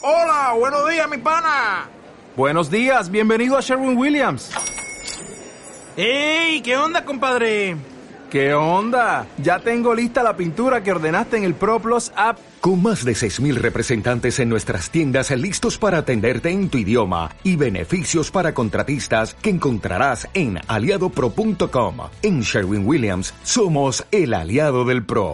Hola, buenos días, mi pana. Buenos días, bienvenido a Sherwin-Williams. ¡Ey! ¿Qué onda, compadre? ¿Qué onda? Ya tengo lista la pintura que ordenaste en el ProPlus app. Con más de 6,000 representantes en nuestras tiendas listos para atenderte en tu idioma y beneficios para contratistas que encontrarás en aliadopro.com. En Sherwin-Williams somos el aliado del pro.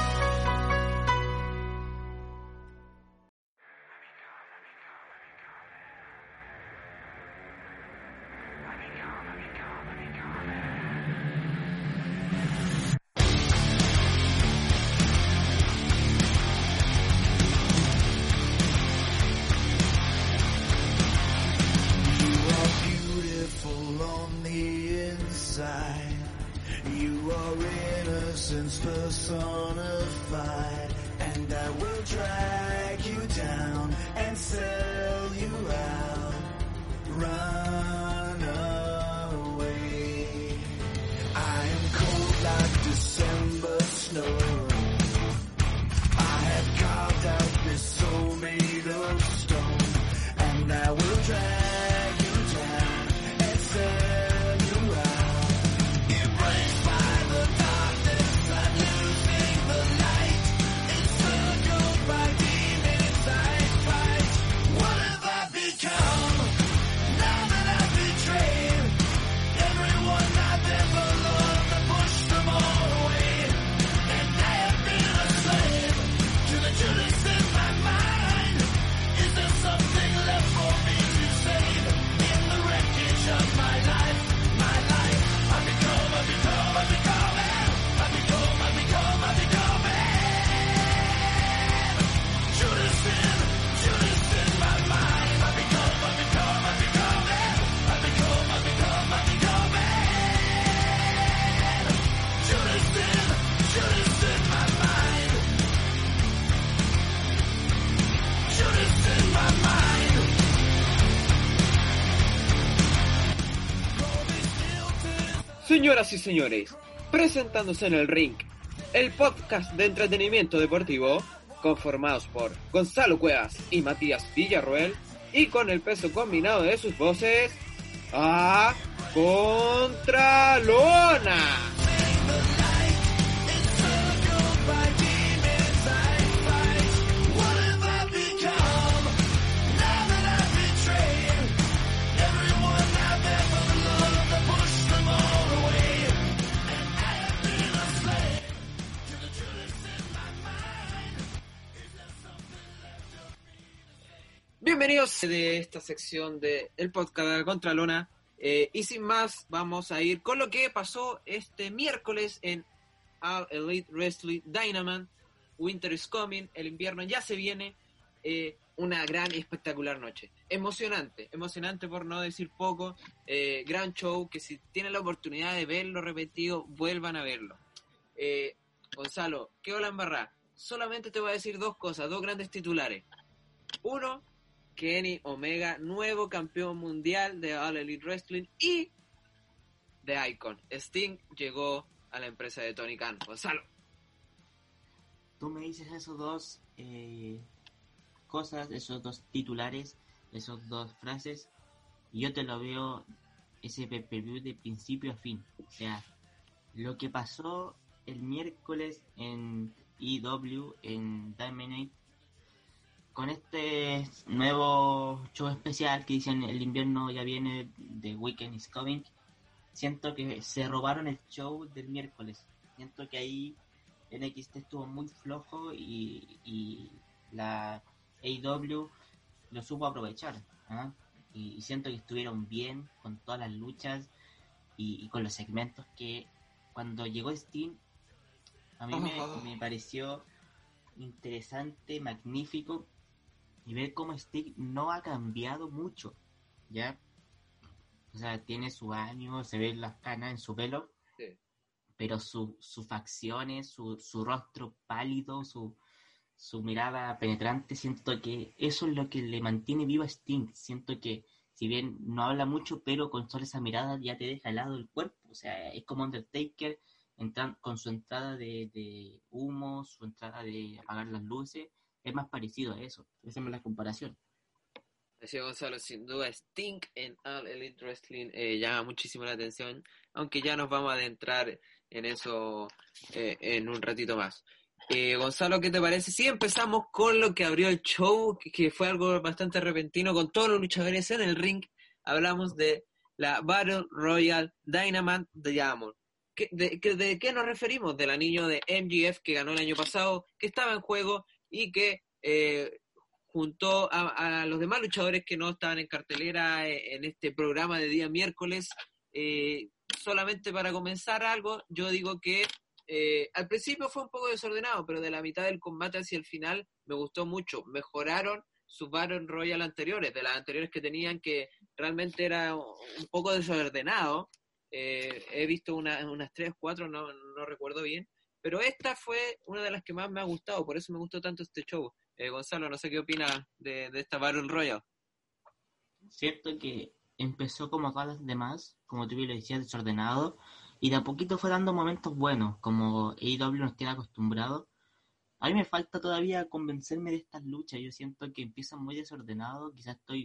Señoras y señores, presentándose en el ring, el podcast de entretenimiento deportivo, conformados por Gonzalo Cuevas y Matías Villarroel, y con el peso combinado de sus voces, a Contralona. Bienvenidos de esta sección del podcast de Contralona, y sin más vamos a ir con lo que pasó este miércoles en All Elite Wrestling Dynamite. Winter is coming, el invierno ya se viene, una gran y espectacular noche, emocionante por no decir poco, gran show que si tienen la oportunidad de verlo repetido, vuelvan a verlo. Gonzalo, ¿qué hola embarrá? Solamente te voy a decir dos cosas, dos grandes titulares. Uno, Kenny Omega, nuevo campeón mundial de All Elite Wrestling, y The Icon, Sting, llegó a la empresa de Tony Khan. Gonzalo. Tú me dices esos dos cosas, esos dos titulares, esas dos frases, y yo te lo veo ese pay-per-view de principio a fin. O sea, lo que pasó el miércoles en EW, en Dynamite, con este nuevo show especial que dicen el invierno ya viene, The Weekend is coming, siento que se robaron el show del miércoles. Siento que ahí NXT estuvo muy flojo y la AEW lo supo aprovechar, ¿eh? Y siento que estuvieron bien con todas las luchas y con los segmentos que cuando llegó Sting a mí me pareció interesante, magnífico, y ver cómo Sting no ha cambiado mucho, ¿ya? O sea, tiene su año, se ven las canas en su pelo, sí, pero sus facciones, su rostro pálido, su mirada penetrante, siento que eso es lo que le mantiene vivo a Sting. Siento que si bien no habla mucho, pero con solo esa mirada ya te deja helado el cuerpo. O sea, es como Undertaker con su entrada de humo, su entrada de apagar las luces. es más parecido a eso. Esa es la comparación. Así Gonzalo, sin duda Sting en All Elite Wrestling llama muchísimo la atención, aunque ya nos vamos a adentrar en eso en un ratito más. Gonzalo, ¿qué te parece? Sí, empezamos con lo que abrió el show, que fue algo bastante repentino, con todos los luchadores en el ring. Hablamos de la Battle Royal Dynamite Diamond. ¿De qué nos referimos? Del anillo de MJF que ganó el año pasado, que estaba en juego y que juntó a los demás luchadores que no estaban en cartelera en este programa de día miércoles. Solamente para comenzar algo, yo digo que al principio fue un poco desordenado, pero de la mitad del combate hacia el final me gustó mucho. Mejoraron sus Battle Royale anteriores, de las anteriores que tenían, que realmente era un poco desordenado. He visto unas 3, 4, no recuerdo bien, pero esta fue una de las que más me ha gustado, por eso me gustó tanto este show. Gonzalo, no sé qué opinas de esta Battle Royale. Cierto que empezó como todas las demás, como tú bien lo decías, desordenado, y de a poquito fue dando momentos buenos, como AEW nos tiene acostumbrados. A mí me falta todavía convencerme de estas luchas, yo siento que empiezan muy desordenado, quizás estoy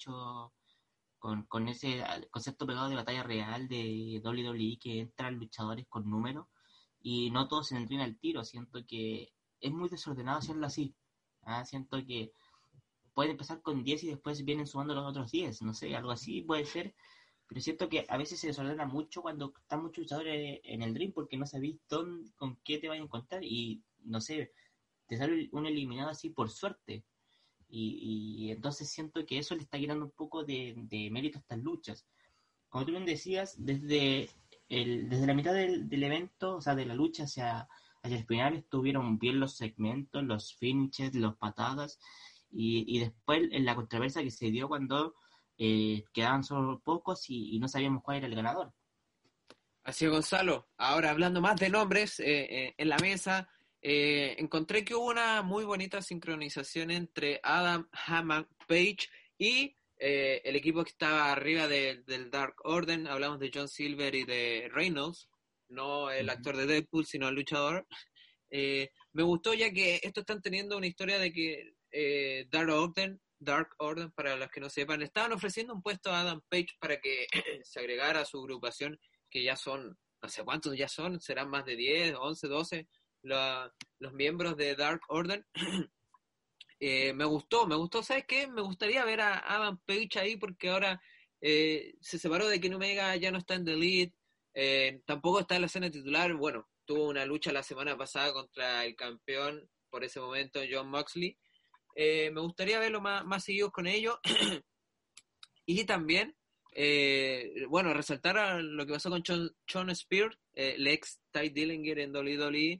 con ese concepto pegado de batalla real de WWE, que entran luchadores con números, y no todos se entrenan al tiro, siento que es muy desordenado hacerlo así. Siento que puede empezar con 10 y después vienen sumando los otros 10, no sé, algo así puede ser, pero siento que a veces se desordena mucho cuando están muchos luchadores en el ring porque no sabéis con qué te van a encontrar y, no sé, te sale un eliminado así por suerte y entonces siento que eso le está quitando un poco de mérito a estas luchas. Como tú bien decías, desde la mitad del evento, o sea, de la lucha hacia el final, estuvieron bien los segmentos, los finishes, los patadas, y después en la controversia que se dio cuando quedaban solo pocos y no sabíamos cuál era el ganador. Así es, Gonzalo. Ahora hablando más de nombres en la mesa, encontré que hubo una muy bonita sincronización entre Adam Hammond Page y el equipo que estaba arriba del Dark Order. Hablamos de John Silver y de Reynolds, no el actor de Deadpool, sino el luchador. Me gustó ya que estos están teniendo una historia de que Dark Order, para los que no sepan, estaban ofreciendo un puesto a Adam Page para que se agregara a su agrupación, que ya son, no sé cuántos ya son, serán más de 10, 11, 12 los miembros de Dark Order. Me gustó, ¿sabes qué? Me gustaría ver a Adam Page ahí porque ahora se separó de Kenny Omega, ya no está en The Elite, tampoco está en la escena titular. Bueno, tuvo una lucha la semana pasada contra el campeón por ese momento, Jon Moxley. Me gustaría verlo más seguidos con ellos. Y también, bueno, resaltar a lo que pasó con Shawn Spears, el ex Ty Dillinger en WWE.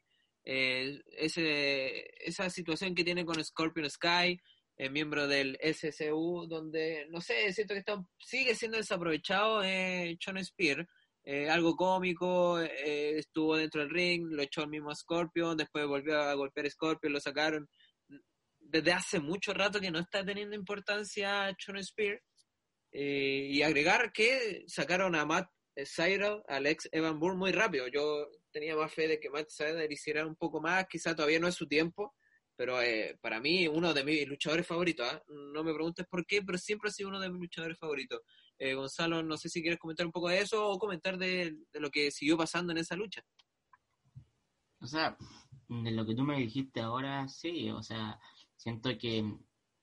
Esa situación que tiene con Scorpion Sky, miembro del SCU, donde, no sé, siento que sigue siendo desaprovechado Shawn Spears. Algo cómico, estuvo dentro del ring, lo echó el mismo Scorpion, después volvió a golpear a Scorpion, lo sacaron. Desde hace mucho rato que no está teniendo importancia Shawn Spears. Y agregar que sacaron a Matt Sydal, al ex Evan Bourne, muy rápido. Yo tenía más fe de que Matt Sydal hiciera un poco más, quizá todavía no es su tiempo, pero para mí uno de mis luchadores favoritos. No me preguntes por qué, pero siempre ha sido uno de mis luchadores favoritos. Gonzalo, no sé si quieres comentar un poco de eso o comentar de lo que siguió pasando en esa lucha. O sea, de lo que tú me dijiste ahora, sí, o sea, siento que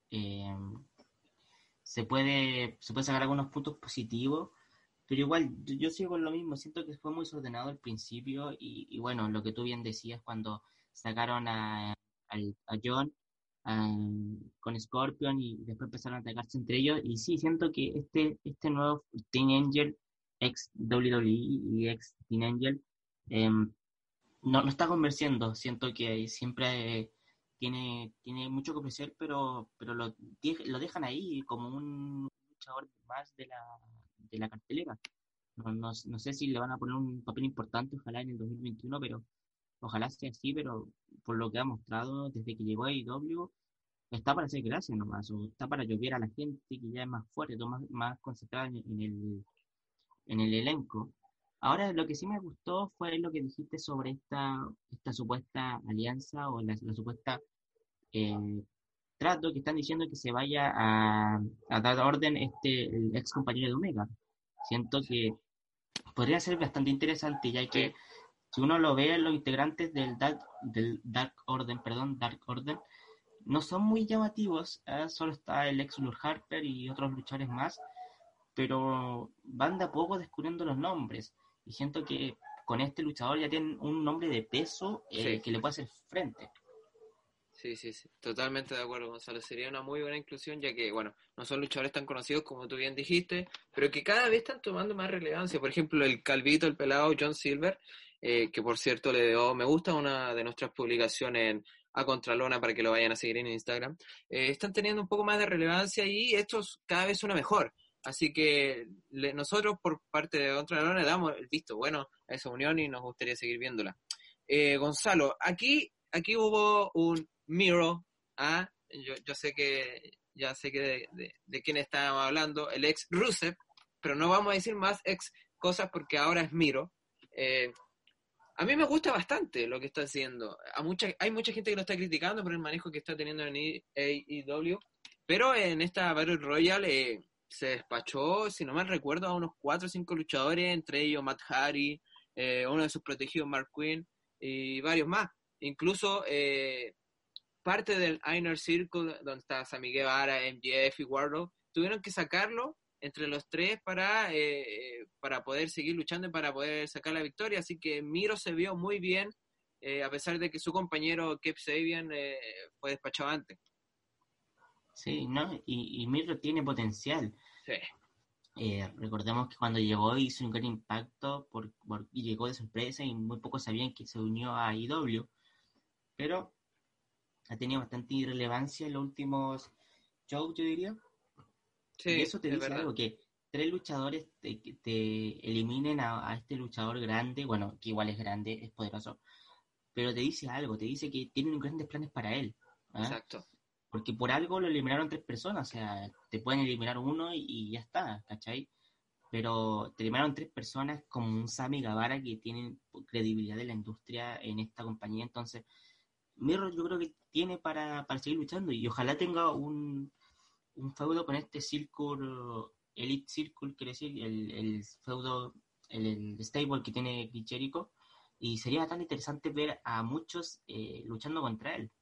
se puede sacar algunos puntos positivos, pero igual yo sigo con lo mismo, siento que fue muy desordenado al principio y bueno, lo que tú bien decías cuando sacaron a John con Scorpion y después empezaron a atacarse entre ellos y sí, siento que este nuevo Teen Angel, ex WWE y ex Teen Angel, no está convenciendo, siento que siempre tiene mucho que ofrecer, pero lo dejan ahí como un luchador más de la cartelera. No sé si le van a poner un papel importante, ojalá en el 2021, pero ojalá sea así, pero por lo que ha mostrado desde que llegó a AEW, está para hacer gracia nomás, o está para llover a la gente que ya es más fuerte, más concentrada en el elenco. Ahora, lo que sí me gustó fue lo que dijiste sobre esta supuesta alianza o la supuesta trato que están diciendo que se vaya a dar orden el ex compañero de Omega. Siento que podría ser bastante interesante, ya que si uno lo ve, los integrantes del Dark Order, no son muy llamativos, solo está el ex Lord Harper y otros luchadores más, pero van de a poco descubriendo los nombres, y siento que con este luchador ya tienen un nombre de peso que le puede hacer frente. Sí, totalmente de acuerdo, Gonzalo. Sería una muy buena inclusión, ya que, bueno, no son luchadores tan conocidos como tú bien dijiste, pero que cada vez están tomando más relevancia. Por ejemplo, el calvito, el pelado John Silver, que por cierto le dio me gusta a una de nuestras publicaciones a Contralona para que lo vayan a seguir en Instagram. Están teniendo un poco más de relevancia y esto cada vez suena mejor. Así que nosotros, por parte de Contralona, le damos el visto bueno a esa unión y nos gustaría seguir viéndola. Gonzalo, aquí hubo un Miro, yo sé que de quién estábamos hablando, el ex Rusev, pero no vamos a decir más ex cosas porque ahora es Miro. A mí me gusta bastante lo que está haciendo. Hay mucha gente que lo está criticando por el manejo que está teniendo en AEW, pero en esta Battle Royale se despachó, si no mal recuerdo, a unos 4 o 5 luchadores, entre ellos Matt Hardy, uno de sus protegidos Mark Quinn y varios más. Incluso parte del Inner Circle, donde está Sammy Guevara, MJF y Wardlow, tuvieron que sacarlo entre los tres para poder seguir luchando y para poder sacar la victoria. Así que Miro se vio muy bien, a pesar de que su compañero Kip Sabian fue despachado antes. Sí, ¿no? Y Miro tiene potencial. Sí. Recordemos que cuando llegó hizo un gran impacto y llegó de sorpresa y muy pocos sabían que se unió a AEW, pero ha tenido bastante irrelevancia en los últimos shows, yo diría. Sí, y eso te dice verdad. algo, que 3 luchadores te eliminen a este luchador grande, bueno, que igual es grande, es poderoso, pero te dice algo, te dice que tienen grandes planes para él. Exacto. Porque por algo lo eliminaron 3 personas, o sea, te pueden eliminar uno y ya está, ¿cachai? Pero te eliminaron 3 personas como un Sammy Guevara que tienen credibilidad de la industria en esta compañía. Entonces, Miro yo creo que tiene para seguir luchando y ojalá tenga un feudo con este Circle, Elite Circle, quiere decir, el feudo, el stable que tiene Chris Jericho, y sería tan interesante ver a muchos luchando contra él.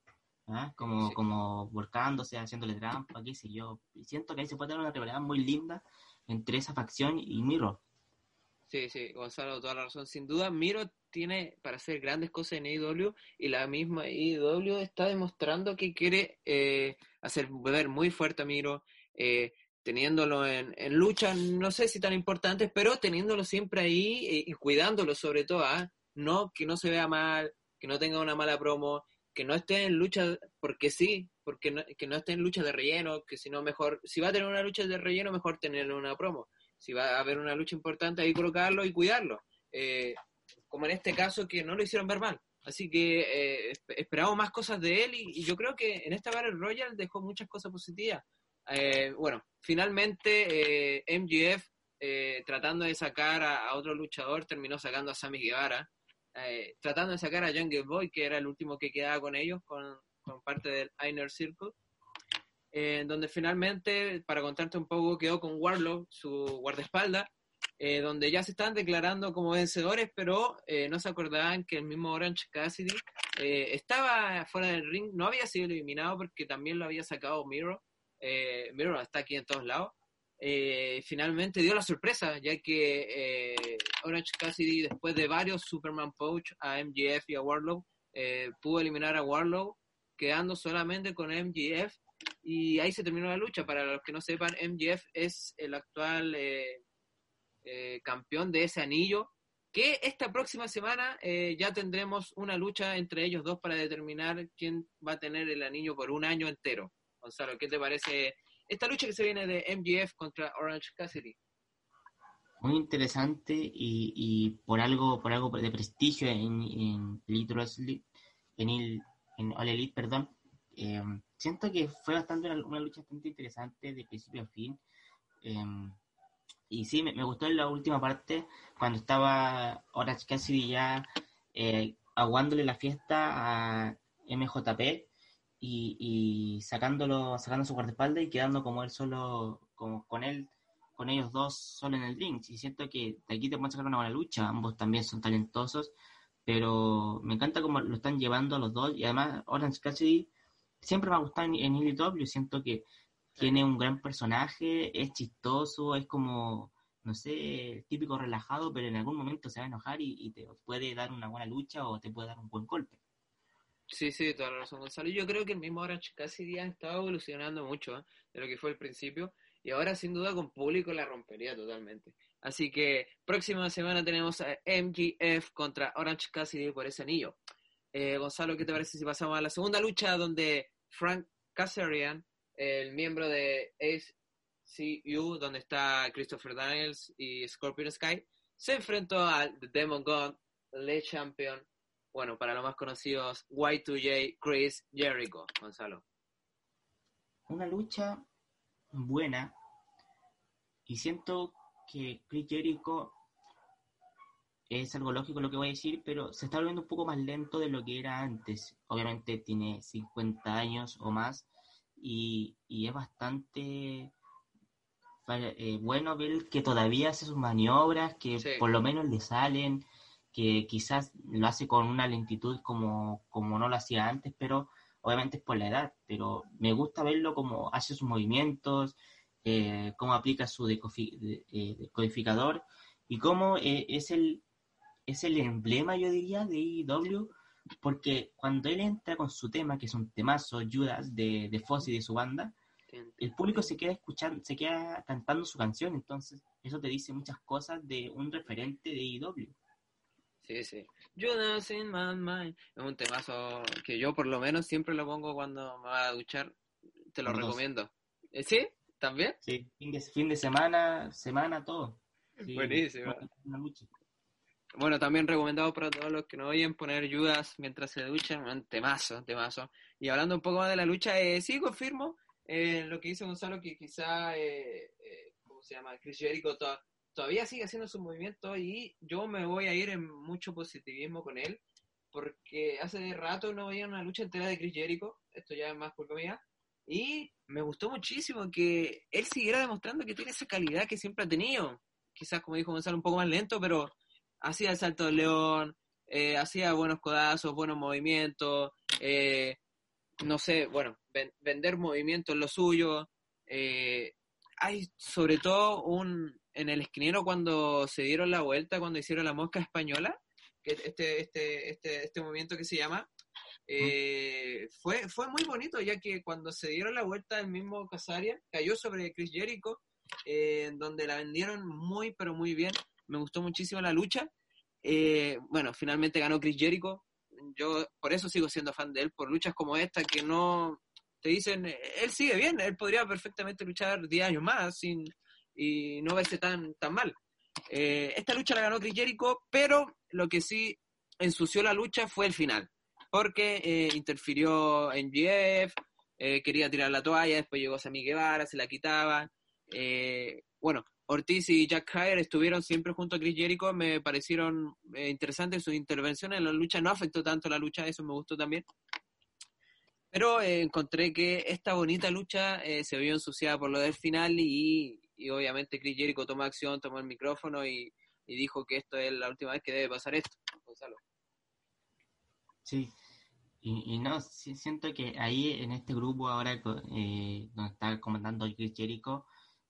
Como volcándose, haciéndole trampa, qué sé yo. Siento que ahí se puede dar una rivalidad muy linda entre esa facción y Miro. Sí, Gonzalo, toda la razón. Sin duda, Miro tiene para hacer grandes cosas en AEW y la misma AEW está demostrando que quiere hacer ver muy fuerte a Miro, teniéndolo en luchas, no sé si tan importantes, pero teniéndolo siempre ahí y cuidándolo sobre todo, que no se vea mal, que no tenga una mala promo, que no esté en lucha porque sí, que no esté en lucha de relleno, que si no mejor, si va a tener una lucha de relleno, mejor tener una promo. Si va a haber una lucha importante, ahí colocarlo y cuidarlo. Como en este caso, que no lo hicieron ver mal. Así que esperamos más cosas de él y yo creo que en esta Battle Royale dejó muchas cosas positivas. Bueno, finalmente MJF, tratando de sacar a otro luchador, terminó sacando a Sammy Guevara. Tratando de sacar a Jungle Boy, que era el último que quedaba con ellos, con parte del Inner Circle, donde finalmente, para contarte un poco, quedó con Wardlow, su guardaespaldas, donde ya se estaban declarando como vencedores, pero no se acordaban que el mismo Orange Cassidy estaba fuera del ring, no había sido eliminado porque también lo había sacado Miro. Miro está aquí en todos lados. Finalmente dio la sorpresa, ya que Orange Cassidy, después de varios Superman Punch a MJF y a Wardlow, pudo eliminar a Wardlow, quedando solamente con MJF, y ahí se terminó la lucha. Para los que no sepan, MJF es el actual campeón de ese anillo, que esta próxima semana ya tendremos una lucha entre ellos dos para determinar quién va a tener el anillo por un año entero. Gonzalo, ¿qué te parece esta lucha que se viene de MJF contra Orange Cassidy? Muy interesante y por algo de prestigio en Elite Wrestling, en All Elite, perdón. Siento que fue una lucha bastante interesante de principio a fin. Y sí, me gustó en la última parte cuando estaba Orange Cassidy ya aguándole la fiesta a MJP. y sacando su guardaespaldas y quedando como él solo, como con ellos dos solo en el ring. Y siento que de aquí te pueden sacar una buena lucha, ambos también son talentosos, pero me encanta cómo lo están llevando a los dos, y además Orange Cassidy siempre me ha gustado en IW, siento que tiene un gran personaje, es chistoso, es como, no sé, típico relajado, pero en algún momento se va a enojar y te puede dar una buena lucha o te puede dar un buen golpe. Sí, toda la razón, Gonzalo. Yo creo que el mismo Orange Cassidy ha estado evolucionando mucho, de lo que fue al principio, y ahora sin duda con público la rompería totalmente. Así que próxima semana tenemos a MJF contra Orange Cassidy por ese anillo. Gonzalo, ¿qué te parece si pasamos a la segunda lucha donde Frank Kazarian, el miembro de ACU, donde está Christopher Daniels y Scorpion Sky, se enfrentó al The Demon God, Le Champion, bueno, para los más conocidos, Y2J, Chris Jericho, Gonzalo. Una lucha buena, y siento que Chris Jericho, es algo lógico lo que voy a decir, pero se está volviendo un poco más lento de lo que era antes. Obviamente tiene 50 años o más, y es bastante bueno ver que todavía hace sus maniobras, que Sí. por lo menos le salen, que quizás lo hace con una lentitud como no lo hacía antes, pero obviamente es por la edad. Pero me gusta verlo como hace sus movimientos, cómo aplica su decodificador, y cómo es el emblema, yo diría, de AEW, porque cuando él entra con su tema, que es un temazo, Judas, de Foss y de su banda, el público se queda escuchando, se queda cantando su canción. Entonces eso te dice muchas cosas de un referente de AEW. Sí. Judas in my mind. Es un temazo que yo por lo menos siempre lo pongo cuando me va a duchar. Te lo Los dos. recomiendo. ¿Sí? ¿También? Sí, fin de semana, todo. Sí, Buenísimo. una lucha. Bueno, también recomendado para todos los que no oyen poner Judas mientras se duchan, un temazo. Y hablando un poco más de la lucha, sí, confirmo lo que dice Gonzalo, que quizá, ¿cómo se llama? Chris Jericho todavía sigue haciendo sus movimientos, y yo me voy a ir en mucho positivismo con él, porque hace rato no veía una lucha entera de Chris Jericho, esto ya es más culpa mía, y me gustó muchísimo que él siguiera demostrando que tiene esa calidad que siempre ha tenido. Quizás, como dijo Gonzalo, un poco más lento, pero hacía el salto del león, hacía buenos codazos, buenos movimientos, no sé, bueno, vender movimientos lo suyo. Hay sobre todo en el esquinero cuando se dieron la vuelta, cuando hicieron la mosca española, que este movimiento que se llama, fue muy bonito, ya que cuando se dieron la vuelta el mismo Kazarian cayó sobre Chris Jericho, donde la vendieron muy pero muy bien. Me gustó muchísimo la lucha. Bueno, finalmente ganó Chris Jericho. Yo por eso sigo siendo fan de él, por luchas como esta que no te dicen, él sigue bien, él podría perfectamente luchar 10 años más y no verse tan mal. Esta lucha la ganó Chris Jericho, pero lo que sí ensució la lucha fue el final, porque interfirió MJF, quería tirar la toalla, después llegó Sammy Guevara, se la quitaba. Bueno, Ortiz y Jack Hager estuvieron siempre junto a Chris Jericho, me parecieron interesantes sus intervenciones en la lucha, no afectó tanto la lucha, eso me gustó también. Pero encontré que esta bonita lucha se vio ensuciada por lo del final, y obviamente Chris Jericho tomó acción, tomó el micrófono y dijo que esto es la última vez que debe pasar esto, Gonzalo. Sí, y no, sí, siento que ahí en este grupo ahora donde está comandando Chris Jericho,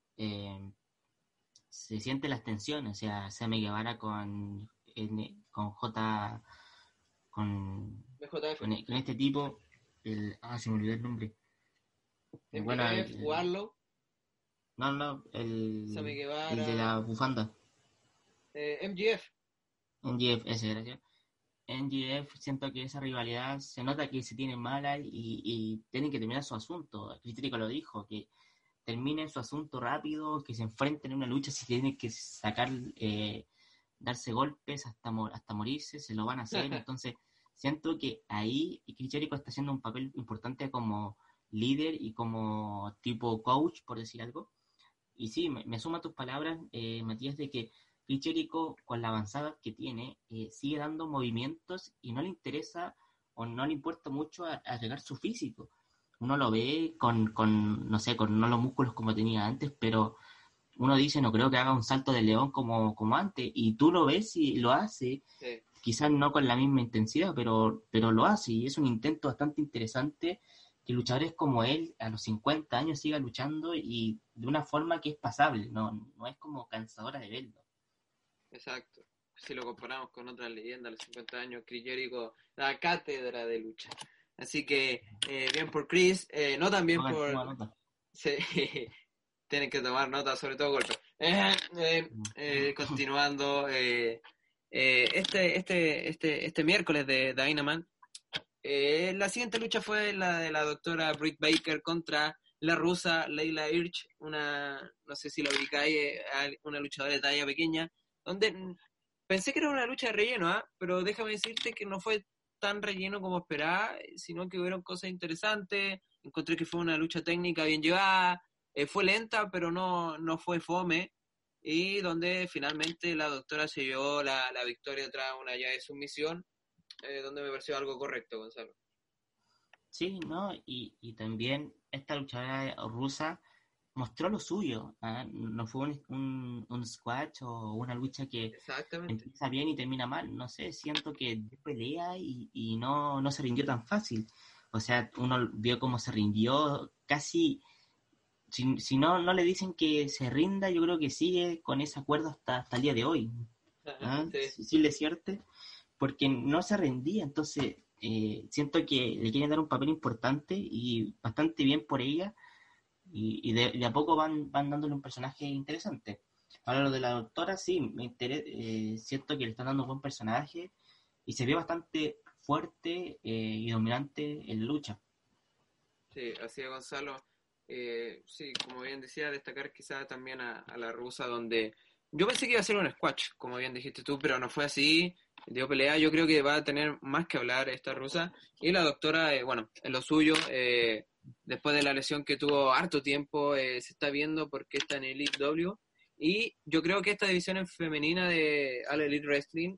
se sienten las tensiones, o sea, Sammy Guevara con J, con BJF. con este tipo, se me olvidó el nombre. Bueno, Warlow. No, Sammy Guevara. el de la bufanda. MJF. MJF, ese, gracias. MJF, siento que esa rivalidad se nota que se tiene mala y tienen que terminar su asunto. Crítico lo dijo, que terminen su asunto rápido, que se enfrenten en una lucha, si tienen que sacar, darse golpes hasta morirse, se lo van a hacer. Entonces, siento que ahí Chris Jericho está haciendo un papel importante como líder y como tipo coach, por decir algo. Y sí, me suma a tus palabras, Matías, de que Chris Jericho, con la avanzada que tiene, sigue dando movimientos y no le interesa o no le importa mucho arreglar su físico. uno lo ve no sé, con no los músculos como tenía antes, pero uno dice, no creo que haga un salto de león como antes, y tú lo ves y lo hace, Sí. quizás no con la misma intensidad, pero lo hace, y es un intento bastante interesante que luchadores como él, a los 50 años, siga luchando y de una forma que es pasable, no es como cansadora de verlo. Exacto. Si lo comparamos con otras leyendas, a los 50 años, Chris Jericho da cátedra de lucha. Así que, bien por Chris, no tan bien Toma por... nota. Sí, tienen que tomar nota, sobre todo golpes. Continuando, este miércoles de Dynamite, la siguiente lucha fue la de la doctora Britt Baker contra la rusa Leila Hirsch, no sé si la ubicáis, una luchadora de talla pequeña, donde pensé que era una lucha de relleno, pero déjame decirte que no fue tan relleno como esperaba, sino que hubieron cosas interesantes. Encontré que fue una lucha técnica bien llevada, fue lenta, pero no fue fome, y donde finalmente la doctora se llevó la victoria tras una llave de sumisión, donde me pareció algo correcto, Gonzalo. Sí, ¿no? Y también esta luchadora rusa mostró lo suyo, ¿ah? No fue un squash o una lucha que Exactamente. empieza bien y termina mal. No sé, siento que dio pelea y no se rindió tan fácil. O sea, uno vio cómo se rindió casi. Si no le dicen que se rinda, yo creo que sigue con ese acuerdo hasta el día de hoy. ¿Ah? Sí. Sí, le cierto, porque no se rendía. Entonces, siento que le quieren dar un papel importante y bastante bien por ella. Y de a poco van dándole un personaje interesante. Ahora lo de la doctora, sí, siento que le están dando un buen personaje y se ve bastante fuerte y dominante en la lucha. Sí, así es, Gonzalo. Sí, como bien decía, destacar quizá también a la rusa, donde yo pensé que iba a ser un squash, como bien dijiste tú, pero no fue así, dio pelea. Yo creo que va a tener más que hablar esta rusa. Y la doctora, bueno, en lo suyo, después de la lesión que tuvo harto tiempo, se está viendo porque está en Elite W. Y yo creo que esta división femenina de All Elite Wrestling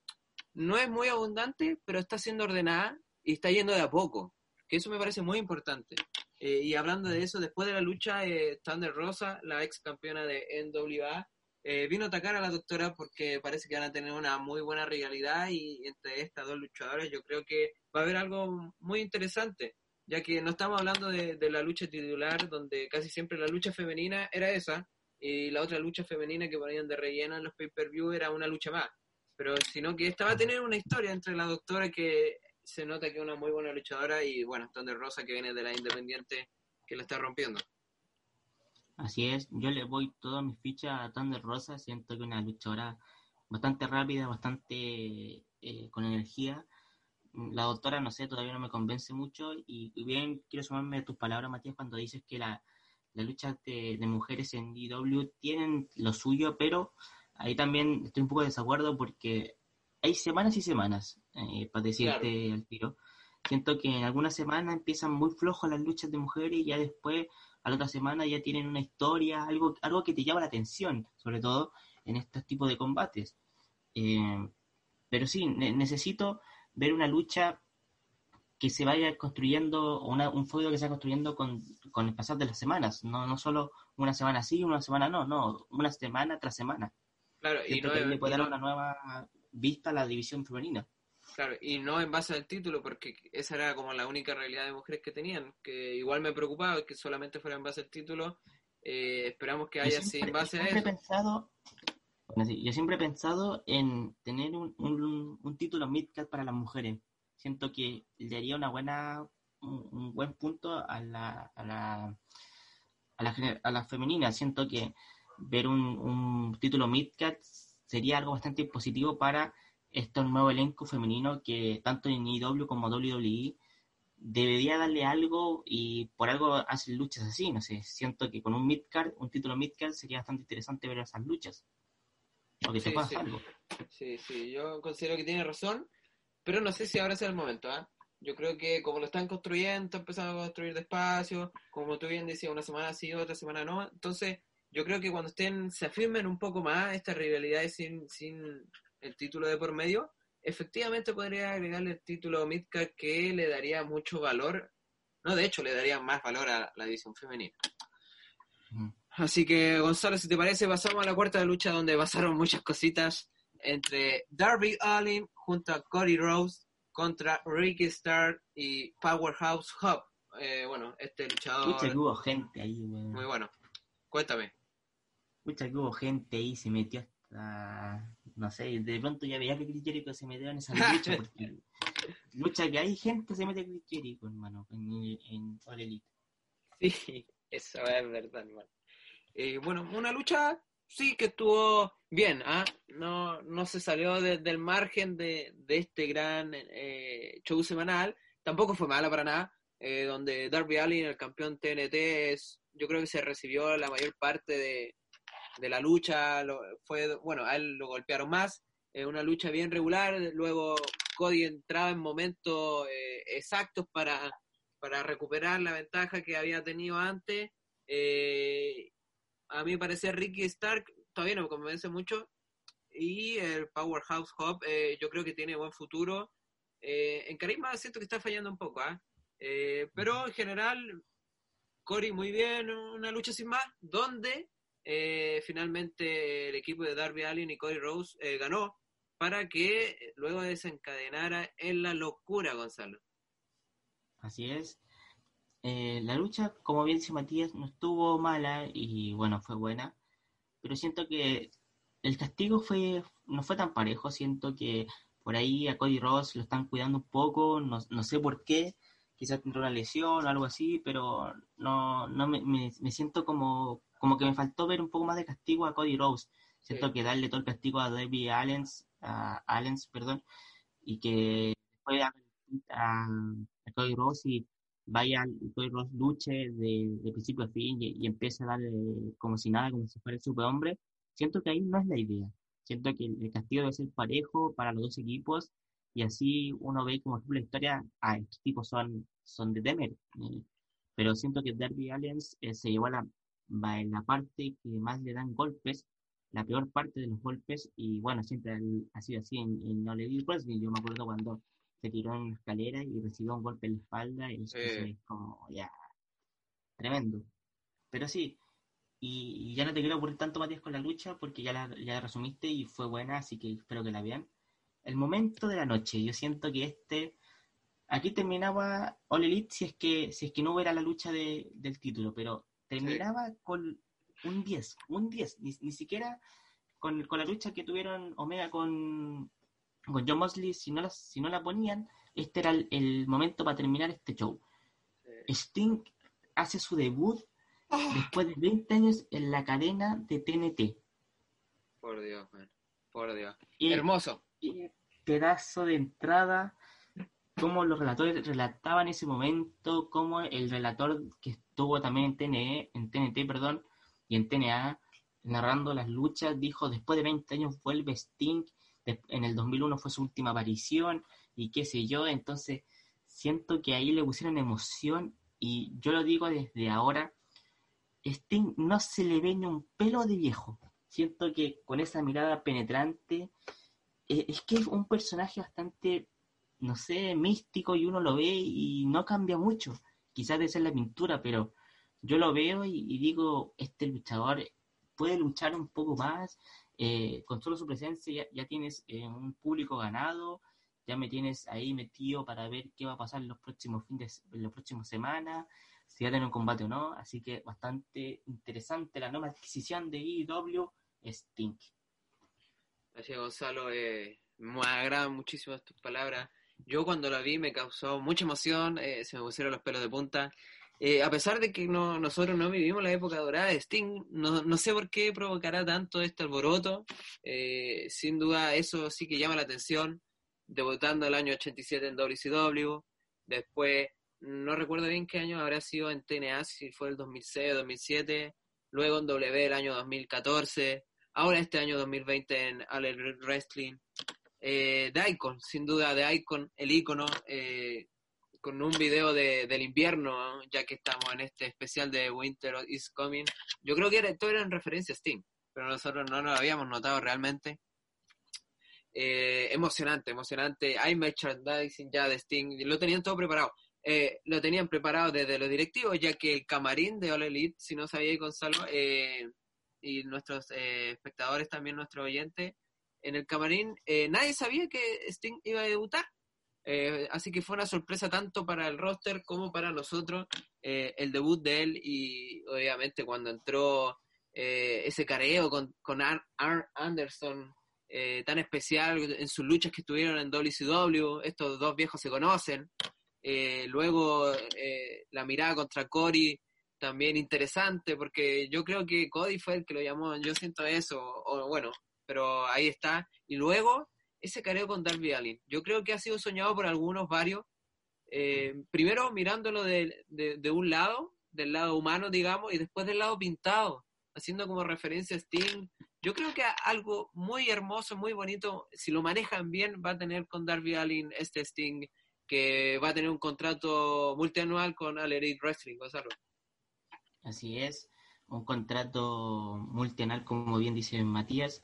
no es muy abundante, pero está siendo ordenada y está yendo de a poco, que eso me parece muy importante. Y hablando de eso, después de la lucha, Thunder Rosa, la ex campeona de NWA, vino a atacar a la doctora porque parece que van a tener una muy buena rivalidad, y entre estas dos luchadoras yo creo que va a haber algo muy interesante, ya que no estamos hablando de la lucha titular, donde casi siempre la lucha femenina era esa, y la otra lucha femenina que ponían de relleno en los pay-per-view era una lucha más, pero sino que esta va a tener una historia entre la doctora, que se nota que es una muy buena luchadora, y bueno, Thunder Rosa, que viene de la Independiente, que la está rompiendo. Así es, yo le voy todas mis fichas a Thunder Rosa, siento que es una luchadora bastante rápida, bastante con energía. La doctora, no sé, todavía no me convence mucho, y bien quiero sumarme a tus palabras, Matías, cuando dices que la lucha de mujeres en DW tienen lo suyo, pero ahí también estoy un poco de desacuerdo porque hay semanas y semanas, para decirte Claro. el tiro. Siento que en algunas semanas empiezan muy flojos las luchas de mujeres y ya después, a la otra semana, ya tienen una historia, algo que te llama la atención, sobre todo en estos tipos de combates. Eh, pero sí, necesito ver una lucha que se vaya construyendo, un feudo que se vaya construyendo con el pasar de las semanas, no solo una semana sí, una semana no, una semana tras semana. Claro, Siento que ahí le puede dar una nueva vista a la división femenina. claro, y no en base al título, porque esa era como la única realidad de mujeres que tenían, que igual me preocupaba que solamente fuera en base al título. Esperamos que haya sin base a eso. Yo siempre he pensado en tener un título mid-card para las mujeres. Siento que le daría un buen punto a la femenina. Siento que ver un título mid-card sería algo bastante positivo para este nuevo elenco femenino que tanto en IW como WWE debería darle algo, y por algo hacen luchas así, no sé, siento que con un título mid-card sería bastante interesante ver esas luchas, o que te Sí, pasa sí, algo. sí, yo considero que tiene razón, pero no sé si ahora sea el momento, ¿ah? Yo creo que como lo están construyendo, empezando a construir despacio, como tú bien decías, una semana sí, otra semana no, entonces yo creo que cuando se afirmen un poco más estas rivalidades sin el título de por medio, efectivamente podría agregarle el título Midcard, que le daría mucho valor No, de hecho, le darían más valor a la división femenina. Ujú. Así que, Gonzalo, si te parece, pasamos a la cuarta lucha donde pasaron muchas cositas entre Darby Allin junto a Cody Rhodes contra Ricky Stark y Powerhouse Hobbs. Bueno, este luchador Pucha que hubo gente ahí, weón. muy bueno. Cuéntame. Pucha que hubo gente ahí, se metió hasta... No sé, de pronto ya veía que Chris Jericho se metió en esa lucha, porque lucha que hay gente se mete a Chris Jericho, hermano, en All Elite. Sí, eso es verdad, hermano. Bueno, una lucha sí que estuvo bien, ¿ah? No se salió del margen de este gran show semanal. Tampoco fue mala para nada, donde Darby Allin, el campeón TNT, yo creo que se recibió la mayor parte de la lucha. Bueno, a él lo golpearon más. Una lucha bien regular. Luego Cody entraba en momentos exactos para recuperar la ventaja que había tenido antes. A mí me parece Ricky Stark todavía no me convence mucho, y el Powerhouse Hobbs yo creo que tiene buen futuro. En carisma siento que está fallando un poco, pero en general Cody muy bien, una lucha sin más, donde finalmente el equipo de Darby Allin y Cody Rhodes ganó para que luego desencadenara en la locura, Gonzalo. Así es. La lucha, como bien dice Matías, no estuvo mala y bueno, fue buena, pero siento que el castigo no fue tan parejo. Siento que por ahí a Cody Rhodes lo están cuidando un poco, no sé por qué, quizás tendrá una lesión o algo así, pero no me siento como que me faltó ver un poco más de castigo a Cody Rhodes. Siento que darle todo el castigo a Darby Allens, perdón, y que después a Cody Rhodes y vaya Cody Rhodes luche de principio a fin y empiece a darle como si nada, como si fuera el superhombre. Siento que ahí no es la idea. Siento que el castigo debe ser parejo para los dos equipos y así uno ve como la historia, estos tipos son de temer. Pero siento que Darby Allin se llevó la parte que más le dan golpes, la peor parte de los golpes, y bueno, siempre ha sido así en All Elite Wrestling. Yo me acuerdo cuando se tiró en una escalera y recibió un golpe en la espalda, y eso es como ya tremendo. Pero sí, y ya no te quiero aburrir tanto, Matías, con la lucha, porque ya la resumiste y fue buena, así que espero que la vean. El momento de la noche, yo siento que aquí terminaba All Elite si es que no hubiera la lucha del título, pero terminaba con un 10, ni siquiera con la lucha que tuvieron Omega con Jon Moxley. Si no la ponían, este era el momento para terminar este show. Sting hace su debut después de 20 años en la cadena de TNT. Por Dios, man. Por Dios. Y, hermoso. Y pedazo de entrada, cómo los relatores relataban ese momento, cómo el relator que estuvo también en TNT, y en TNA, narrando las luchas, dijo: después de 20 años vuelve Sting, en el 2001 fue su última aparición, y qué sé yo. Entonces siento que ahí le pusieron emoción, y yo lo digo desde ahora, Sting no se le ve ni un pelo de viejo. Siento que con esa mirada penetrante, es que es un personaje bastante, no sé, místico, y uno lo ve y no cambia mucho. Quizás debe ser la pintura, pero yo lo veo y digo, este luchador puede luchar un poco más. Con solo su presencia ya tienes un público ganado, ya me tienes ahí metido para ver qué va a pasar en los próximos semanas, si va a tener un combate o no. Así que bastante interesante la nueva adquisición de IW, Sting. Gracias, Gonzalo. Me agradan muchísimo tus palabras. Yo cuando la vi me causó mucha emoción, se me pusieron los pelos de punta. A pesar de que nosotros no vivimos la época dorada de Sting, no sé por qué provocará tanto este alboroto. Sin duda eso sí que llama la atención. Debutando el año 87 en WCW, después no recuerdo bien qué año habrá sido en TNA, si fue el 2006 o 2007, luego en W el año 2014, ahora este año 2020 en All Elite Wrestling. The Icon, sin duda, The Icon, el ícono, con un video del invierno, ya que estamos en este especial de Winter is Coming. Yo creo que todo era en referencia a Sting, pero nosotros no lo habíamos notado realmente. Emocionante. Hay merchandising ya de Sting, lo tenían todo preparado. lo tenían preparado desde los directivos, ya que el camarín de All Elite, si no sabía Gonzalo, y nuestros espectadores también, nuestros oyentes, en el camarín nadie sabía que Sting iba a debutar. Así que fue una sorpresa tanto para el roster como para nosotros el debut de él, y obviamente cuando entró ese careo con Arn Anderson tan especial en sus luchas que estuvieron en WCW, estos dos viejos se conocen. Luego la mirada contra Cody, también interesante, porque yo creo que Cody fue el que lo llamó, yo siento eso, o bueno, pero ahí está. Y luego ese careo con Darby Allin, yo creo que ha sido soñado por algunos, varios. Primero mirándolo de un lado, del lado humano, digamos, y después del lado pintado, haciendo como referencia a Sting. Yo creo que algo muy hermoso, muy bonito, si lo manejan bien, va a tener con Darby Allin este Sting, que va a tener un contrato multianual con All Elite Wrestling, Gonzalo. Así es, un contrato multianual, como bien dice Matías.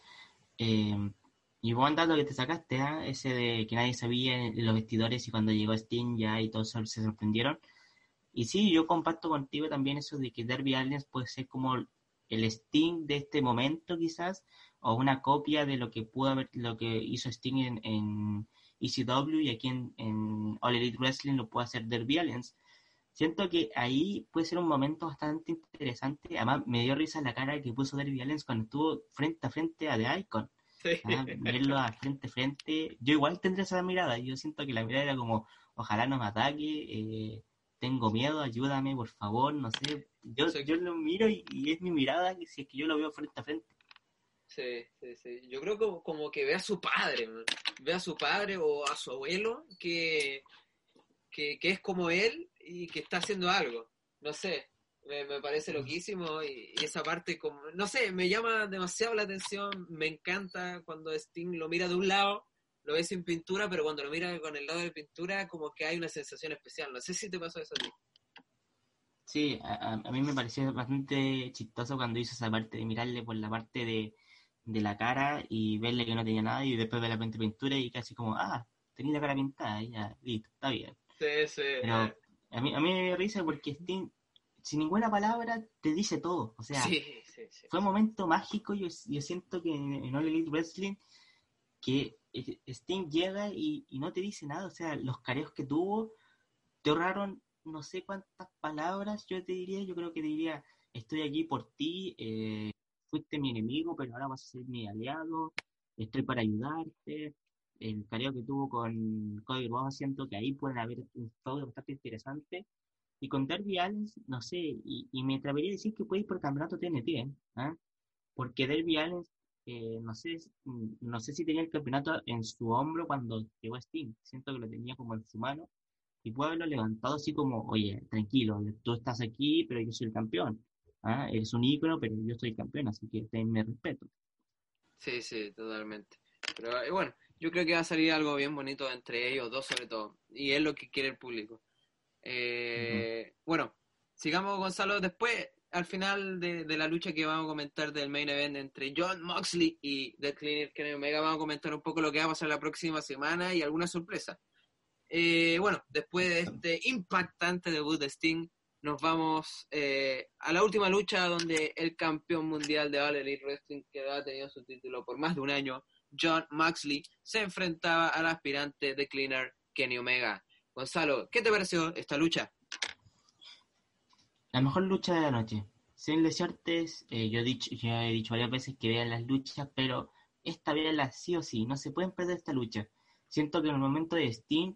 Y buen dato que te sacaste, ese de que nadie sabía en los vestidores, y cuando llegó Sting ya y todos se sorprendieron. Y sí, yo comparto contigo también eso de que Darby Allin puede ser como el Sting de este momento quizás, o una copia de lo que pudo haber, lo que hizo Sting en ECW, y aquí en All Elite Wrestling lo puede hacer Darby Allin. Siento que ahí puede ser un momento bastante interesante. Además, me dio risa la cara que puso Darby Allin cuando estuvo frente a frente a The Icon. Sí. Verlo a frente a frente. Yo igual tendría esa mirada. Yo siento que la mirada era como, ojalá no me ataque, tengo miedo, ayúdame, por favor, no sé. Yo lo miro y es mi mirada, si es que yo lo veo frente a frente. Sí. Yo creo que como que ve a su padre, man. Ve a su padre o a su abuelo, que es como él y que está haciendo algo. No sé, me parece loquísimo, y esa parte, como, no sé, me llama demasiado la atención. Me encanta cuando Sting lo mira de un lado, lo ve sin pintura, pero cuando lo mira con el lado de pintura, como que hay una sensación especial. No sé si te pasó eso a ti. Sí, a mí me pareció bastante chistoso cuando hizo esa parte de mirarle por la parte de la cara y verle que no tenía nada, y después ver la pintura y casi como, tenía la cara pintada, ya, listo, está bien. Sí. Pero a mí me dio risa porque Sting, sin ninguna palabra, te dice todo. O sea, Sí. fue un momento mágico. Yo siento que en All Elite Wrestling, que Sting llega y no te dice nada. O sea, los careos que tuvo te ahorraron no sé cuántas palabras. Yo creo que te diría, estoy aquí por ti, fuiste mi enemigo, pero ahora vas a ser mi aliado, estoy para ayudarte. El careo que tuvo con Cody Rhodes, siento que ahí pueden haber un feudo bastante interesante. Y con Darby Allin, no sé, y me atrevería a decir que puede ir por el campeonato TNT, ¿ah? Porque Darby Allin, no sé si tenía el campeonato en su hombro cuando llegó Sting. Siento que lo tenía como en su mano, y puede haberlo levantado así como, oye, tranquilo, tú estás aquí, pero yo soy el campeón. Eres un ícono, pero yo soy el campeón, así que tenme respeto. Sí, totalmente. Pero bueno, yo creo que va a salir algo bien bonito entre ellos dos, sobre todo, y es lo que quiere el público. Bueno, sigamos, Gonzalo. Después, al final de la lucha que vamos a comentar del main event entre Jon Moxley y The Cleaner Kenny Omega, vamos a comentar un poco lo que va a pasar la próxima semana y alguna sorpresa. Bueno, después de este impactante debut de Sting, nos vamos a la última lucha, donde el campeón mundial de All Elite Wrestling, que ha tenido su título por más de un año, Jon Moxley, se enfrentaba al aspirante de Cleaner Kenny Omega. Gonzalo, ¿qué te pareció esta lucha? La mejor lucha de la noche. Sin lesionarte, yo he dicho varias veces que vean las luchas, pero esta véanla sí o sí, no se pueden perder esta lucha. Siento que en el momento de Sting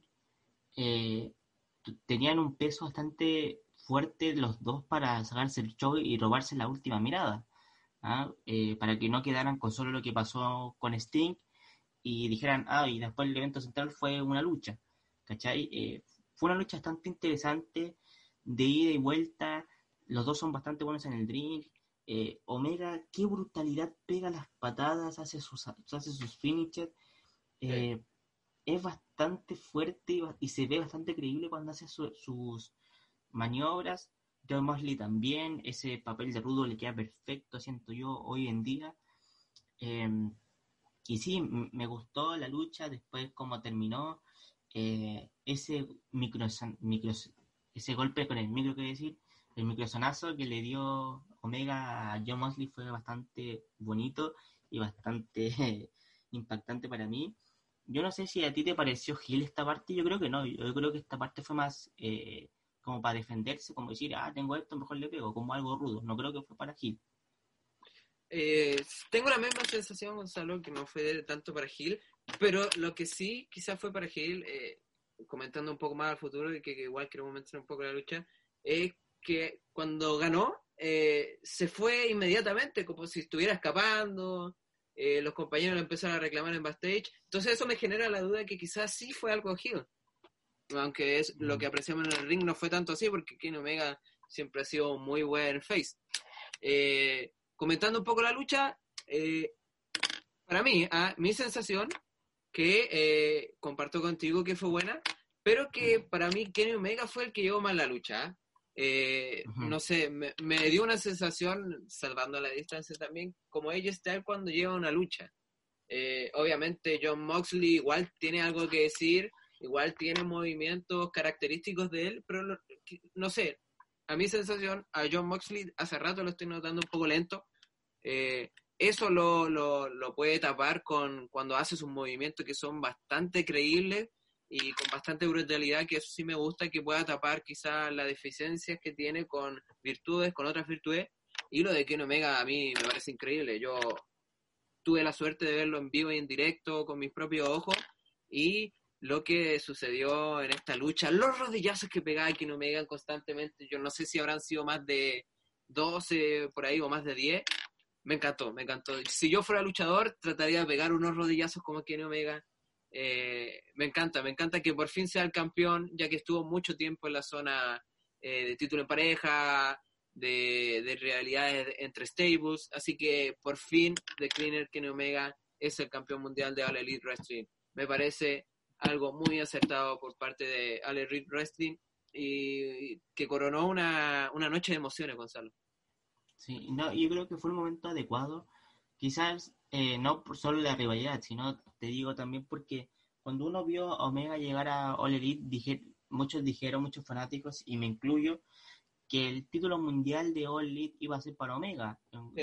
tenían un peso bastante fuerte los dos para sacarse el show y robarse la última mirada, para que no quedaran con solo lo que pasó con Sting y dijeran, y después el evento central fue una lucha, ¿cachai? Fue una lucha bastante interesante, de ida y vuelta. Los dos son bastante buenos en el ring. Omega, qué brutalidad, pega las patadas, hace sus finishers. Es bastante fuerte y se ve bastante creíble cuando hace sus maniobras. Jon Moxley también, ese papel de rudo le queda perfecto, siento yo, hoy en día. Y sí, me gustó la lucha, después cómo terminó. Ese ese golpe con el micro, que decir, el microsonazo que le dio Omega a Jon Moxley fue bastante bonito y bastante impactante para mí. Yo no sé si a ti te pareció heel esta parte, yo creo que no, yo creo que esta parte fue más como para defenderse, como decir, tengo esto, mejor le pego, como algo rudo, no creo que fue para heel. Tengo la misma sensación, Gonzalo, que no fue tanto para Gil, pero lo que sí quizás fue para Gil, comentando un poco más al futuro, y que igual queremos mencionar un poco la lucha, es que cuando ganó, se fue inmediatamente, como si estuviera escapando, los compañeros lo empezaron a reclamar en backstage, entonces eso me genera la duda de que quizás sí fue algo Gil, aunque es lo que apreciamos en el ring, no fue tanto así, porque Kenny Omega siempre ha sido un muy buen face. Comentando un poco la lucha, para mí, mi sensación, que comparto contigo que fue buena, pero que para mí Kenny Omega fue el que llevó más la lucha. No sé, me dio una sensación, salvando la distancia también, como AJ Styles cuando lleva una lucha. Obviamente Jon Moxley igual tiene algo que decir, igual tiene movimientos característicos de él, pero no sé, a mi sensación, a Jon Moxley hace rato lo estoy notando un poco lento. Eso lo puede tapar cuando hace sus movimientos que son bastante creíbles y con bastante brutalidad, que eso sí me gusta, que pueda tapar quizás las deficiencias que tiene con virtudes, con otras virtudes. Y lo de Kenny Omega a mí me parece increíble. Yo tuve la suerte de verlo en vivo y en directo con mis propios ojos, y lo que sucedió en esta lucha, los rodillazos que pegaba Kenny Omega constantemente, yo no sé si habrán sido más de 12 por ahí o más de 10. Me encantó. Si yo fuera luchador, trataría de pegar unos rodillazos como Kenny Omega. Me encanta que por fin sea el campeón, ya que estuvo mucho tiempo en la zona de título en pareja, de rivalidades entre stables, así que por fin The Cleaner Kenny Omega es el campeón mundial de All Elite Wrestling. Me parece algo muy acertado por parte de All Elite Wrestling y que coronó una noche de emociones, Gonzalo. Sí, no, yo creo que fue el momento adecuado, quizás no por solo la rivalidad, sino te digo también porque cuando uno vio a Omega llegar a All Elite, muchos fanáticos, y me incluyo, que el título mundial de All Elite iba a ser para Omega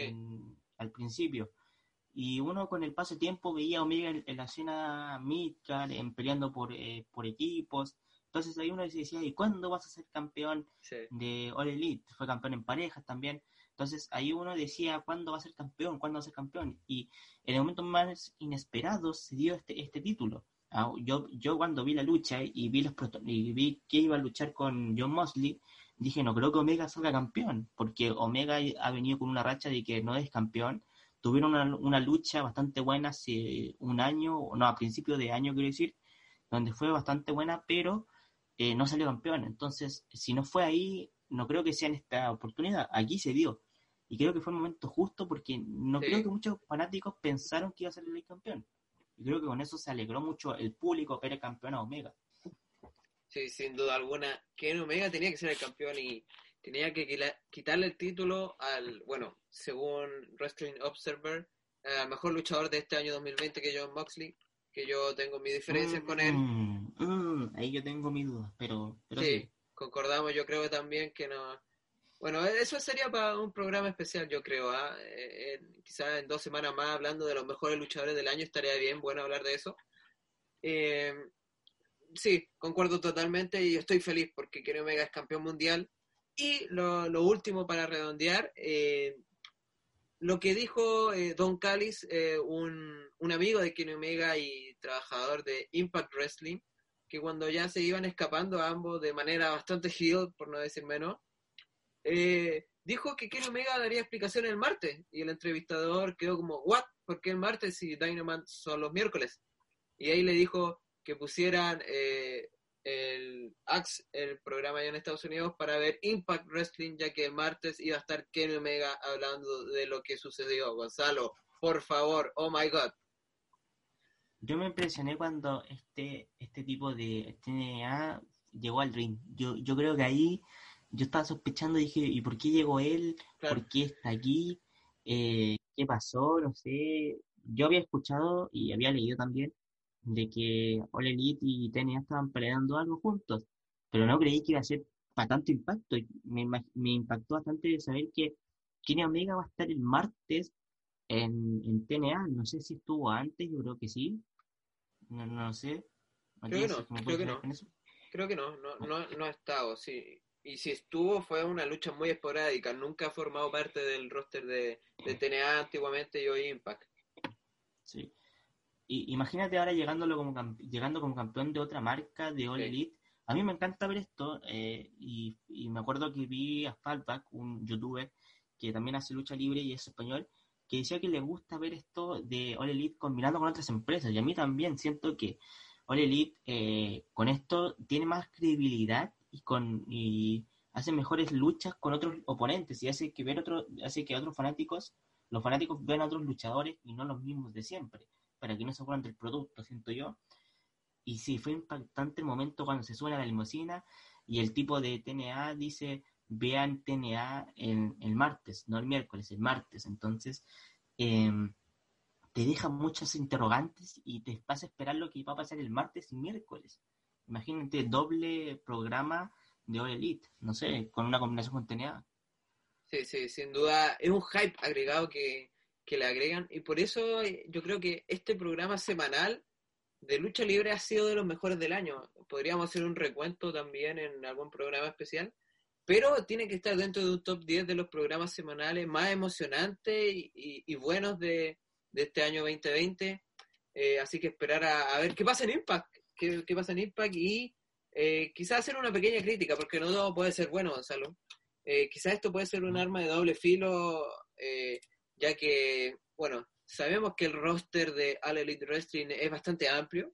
al principio. Y uno con el paso del tiempo veía a Omega en la escena midcard, peleando por equipos. Entonces ahí uno decía, ¿y cuándo vas a ser campeón de All Elite? Fue campeón en parejas también. Entonces ahí uno decía, ¿cuándo va a ser campeón? ¿Cuándo va a ser campeón? Y en el momento más inesperado se dio este título. Yo cuando vi la lucha y vi que iba a luchar con Jon Moxley, dije, no creo que Omega salga campeón, porque Omega ha venido con una racha de que no es campeón. Tuvieron una lucha bastante buena hace un año, no, a principio de año quiero decir, donde fue bastante buena, pero no salió campeón. Entonces, si no fue ahí, no creo que sea en esta oportunidad. Aquí se dio. Y creo que fue el momento justo, porque no creo que muchos fanáticos pensaron que iba a ser el campeón. Y creo que con eso se alegró mucho el público ver el campeón a Omega. Sí, sin duda alguna. Kenny Omega tenía que ser el campeón y tenía que quitarle el título bueno, según Wrestling Observer, al mejor luchador de este año 2020, que es Jon Moxley, que yo tengo mis diferencias con él. Ahí yo tengo mis dudas, pero sí, concordamos, yo creo también que no. Bueno, eso sería para un programa especial, yo creo. Quizás en 2 semanas más, hablando de los mejores luchadores del año, estaría bien, bueno hablar de eso. Sí, concuerdo totalmente y estoy feliz porque Kenny Omega es campeón mundial. Y lo último para redondear, lo que dijo Don Callis, un amigo de Kenny Omega y trabajador de Impact Wrestling, que cuando ya se iban escapando ambos de manera bastante heel, por no decir menos, dijo que Kenny Omega daría explicación el martes, y el entrevistador quedó como, ¿what? ¿Por qué el martes si Dynamite son los miércoles? Y ahí le dijo que pusieran el programa allá en Estados Unidos para ver Impact Wrestling, ya que el martes iba a estar Kenny Omega hablando de lo que sucedió. Gonzalo, por favor, oh my god. Yo me impresioné cuando este tipo de TNA llegó al ring. Yo creo que ahí yo estaba sospechando, dije, ¿y por qué llegó él? Claro. ¿Por qué está aquí? ¿Qué pasó? No sé. Yo había escuchado y había leído también de que All Elite y TNA estaban peleando algo juntos, pero no creí que iba a ser para tanto impacto. Y me impactó bastante saber que Kenny Omega va a estar el martes en TNA. No sé si estuvo antes, yo creo que sí. No sé. Creo que Matías, no, ¿me creo puedes que ayudar no. con eso? Creo que no ha estado, sí. Y si estuvo, fue una lucha muy esporádica. Nunca ha formado parte del roster de TNA antiguamente y hoy Impact. Sí. Y imagínate ahora llegando como campeón de otra marca, de All Sí. Elite. A mí me encanta ver esto, y me acuerdo que vi a Fatback, un youtuber que también hace lucha libre y es español, que decía que le gusta ver esto de All Elite combinando con otras empresas. Y a mí también siento que All Elite con esto tiene más credibilidad y hace mejores luchas con otros oponentes y hace que los fanáticos vean a otros luchadores y no los mismos de siempre, para que no se acuerden del producto, siento yo. Y sí, fue impactante el momento cuando se suena la limusina y el tipo de TNA dice, vean TNA el martes, no el miércoles, el martes. Entonces, eh, te deja muchas interrogantes y te pasa a esperar lo que va a pasar el martes y miércoles. Imagínate, doble programa de All Elite, no sé, con una combinación con TNA. Sí, sí, sin duda es un hype agregado que le agregan y por eso yo creo que este programa semanal de lucha libre ha sido de los mejores del año. Podríamos hacer un recuento también en algún programa especial, pero tiene que estar dentro de un top 10 de los programas semanales más emocionantes y buenos de este año 2020. Así que esperar a ver qué pasa en Impact, qué pasa en Impact y quizás hacer una pequeña crítica, porque no todo puede ser bueno, Gonzalo. Quizás esto puede ser un arma de doble filo, ya que, bueno, sabemos que el roster de All Elite Wrestling es bastante amplio,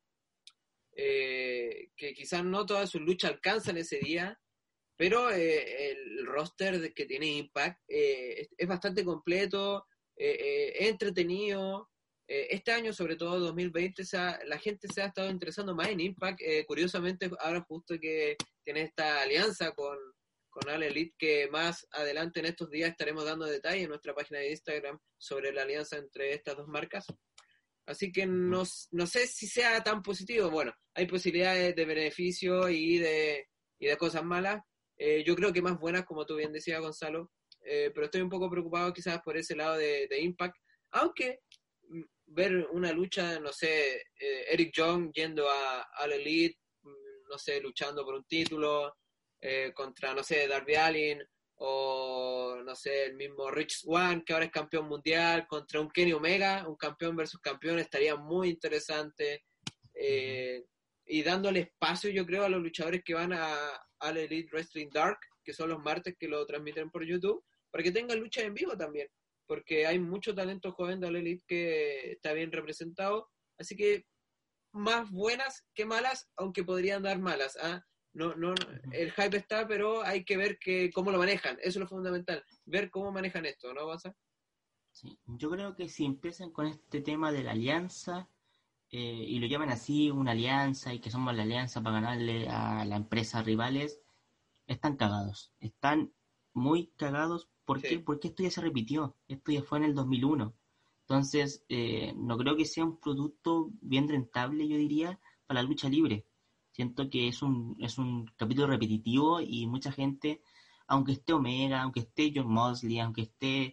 que quizás no todas sus luchas alcanzan ese día, pero el roster que tiene Impact es bastante completo, entretenido. Este año, sobre todo 2020, la gente se ha estado interesando más en Impact. Curiosamente, ahora justo que tiene esta alianza con All Elite, que más adelante en estos días estaremos dando detalles en nuestra página de Instagram sobre la alianza entre estas dos marcas. Así que no sé si sea tan positivo. Bueno, hay posibilidades de beneficio y de cosas malas. Yo creo que más buenas, como tú bien decías, Gonzalo. Pero estoy un poco preocupado quizás por ese lado de Impact. Aunque ver una lucha, no sé, Eric Young yendo a All Elite, no sé, luchando por un título, contra, no sé, Darby Allin, o no sé, el mismo Rich Swann, que ahora es campeón mundial, contra un Kenny Omega, un campeón versus campeón, estaría muy interesante. Y dándole espacio, yo creo, a los luchadores que van a All Elite Wrestling Dark, que son los martes que lo transmiten por YouTube, para que tengan luchas en vivo también, porque hay mucho talento joven de All Elite que está bien representado, así que más buenas que malas, aunque podrían dar malas. No, el hype está, pero hay que ver cómo lo manejan. Eso es lo fundamental, ver cómo manejan esto, ¿no, Gonzalo? Sí. Yo creo que si empiezan con este tema de la alianza, y lo llaman así, una alianza, y que somos la alianza para ganarle a la empresa rivales, están cagados. Están muy cagados. ¿Por qué? Sí. Porque esto ya se repitió. Esto ya fue en el 2001. Entonces, no creo que sea un producto bien rentable, yo diría, para la lucha libre. Siento que es un capítulo repetitivo y mucha gente, aunque esté Omega, aunque esté John Mosley, aunque esté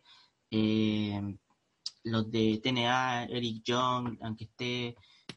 los de TNA, Eric Young, aunque esté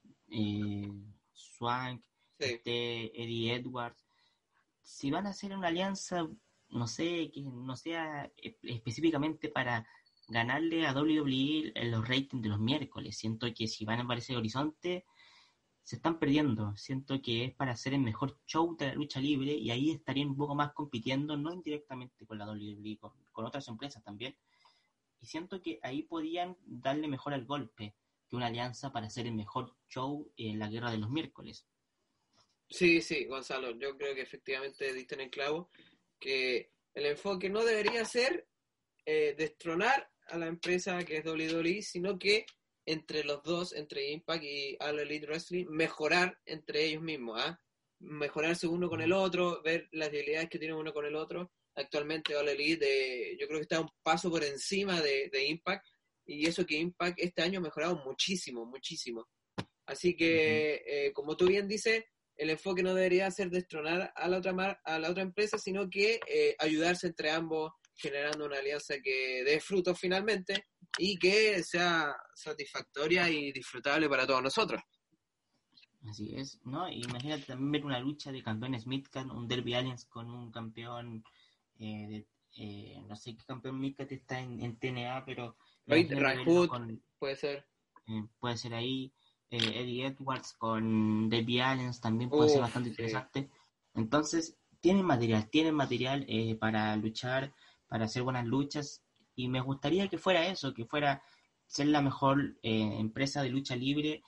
Swank, Sí. esté Eddie Edwards, si van a hacer una alianza, no sé, que no sea específicamente para ganarle a WWE en los ratings de los miércoles. Siento que si van a aparecer Horizonte, se están perdiendo. Siento que es para hacer el mejor show de la lucha libre y ahí estarían un poco más compitiendo, no indirectamente con la WWE, con otras empresas también. Y siento que ahí podían darle mejor al golpe que una alianza para hacer el mejor show en la guerra de los miércoles. Sí, sí, Gonzalo, yo creo que efectivamente diste en el clavo, que el enfoque no debería ser destronar a la empresa que es WWE, sino que entre los dos, entre Impact y All Elite Wrestling, mejorar entre ellos mismos, mejorarse uno con el otro, ver las debilidades que tiene uno con el otro. Actualmente All Elite yo creo que está un paso por encima de Impact, y eso que Impact este año ha mejorado muchísimo, muchísimo. Así que, como tú bien dices, el enfoque no debería ser destronar a la otra empresa, sino que ayudarse entre ambos, generando una alianza que dé frutos finalmente y que sea satisfactoria y disfrutable para todos nosotros. Así es, ¿no? Imagínate también ver una lucha de campeones Midcard, un Derby Alliance con un campeón, no sé qué campeón Midcard está en TNA, pero Rajut puede ser. Puede ser ahí. Eddie Edwards con Derby Alliance también puede ser bastante interesante. Entonces, tienen material para luchar, para hacer buenas luchas, y me gustaría que fuera eso, que fuera ser la mejor empresa de lucha libre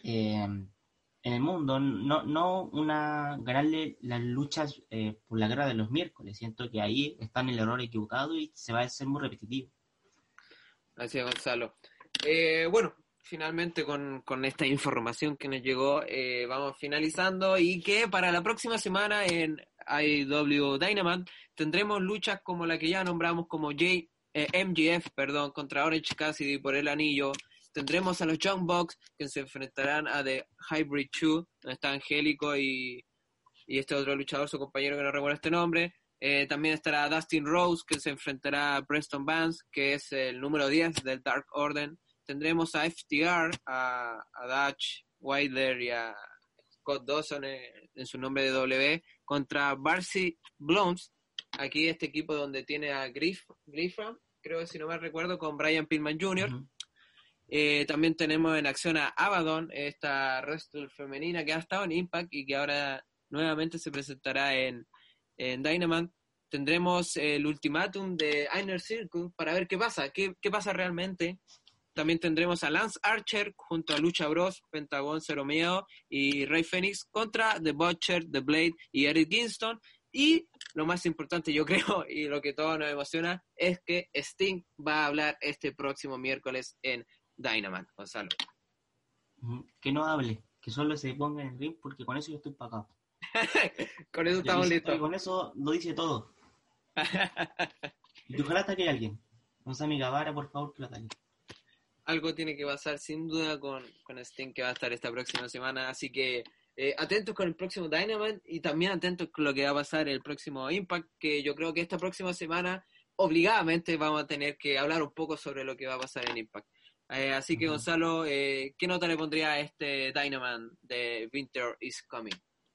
en el mundo, no ganarle las luchas por la guerra de los miércoles. Siento que ahí está en el error equivocado y se va a hacer muy repetitivo. Gracias, Gonzalo. Bueno, finalmente con esta información que nos llegó, vamos finalizando, y que para la próxima semana en IW Dynamite tendremos luchas como la que ya nombramos como MJF contra Orange Cassidy por el anillo. Tendremos a los Young Bucks que se enfrentarán a The Hybrid 2, donde está Angélico y este otro luchador, su compañero que no recuerdo este nombre. También estará Dustin Rhodes, que se enfrentará a Preston Vance, que es el número 10 del Dark Order. Tendremos a FTR, a Dutch Wilder y a Scott Dawson en su nombre de W, contra Barcy Blondes. Aquí este equipo donde tiene a Griffram, creo que si no mal recuerdo, con Brian Pillman Jr. Uh-huh. También tenemos en acción a Abaddon, esta wrestler femenina que ha estado en Impact y que ahora nuevamente se presentará en Dynamite. Tendremos el ultimátum de Inner Circle para ver qué pasa, qué pasa realmente. También tendremos a Lance Archer junto a Lucha Bros, Pentagon, Cero Miedo y Rey Fénix contra The Butcher, The Blade y Eric Kingston. Y lo más importante, yo creo, y lo que todos nos emociona, es que Sting va a hablar este próximo miércoles en Dynamite, Gonzalo. Que no hable, que solo se ponga en el ring, porque con eso yo estoy pagado. Con eso estamos listos. Con eso lo dice todo. Y ojalá ataque a alguien. Un Sammy Guevara, por favor, que lo ataque. Algo tiene que pasar sin duda con Sting, que va a estar esta próxima semana, así que atentos con el próximo Dynamite y también atentos con lo que va a pasar el próximo Impact, que yo creo que esta próxima semana obligadamente vamos a tener que hablar un poco sobre lo que va a pasar en Impact. Así que Gonzalo, ¿qué nota le pondría a este Dynamite de Winter is Coming?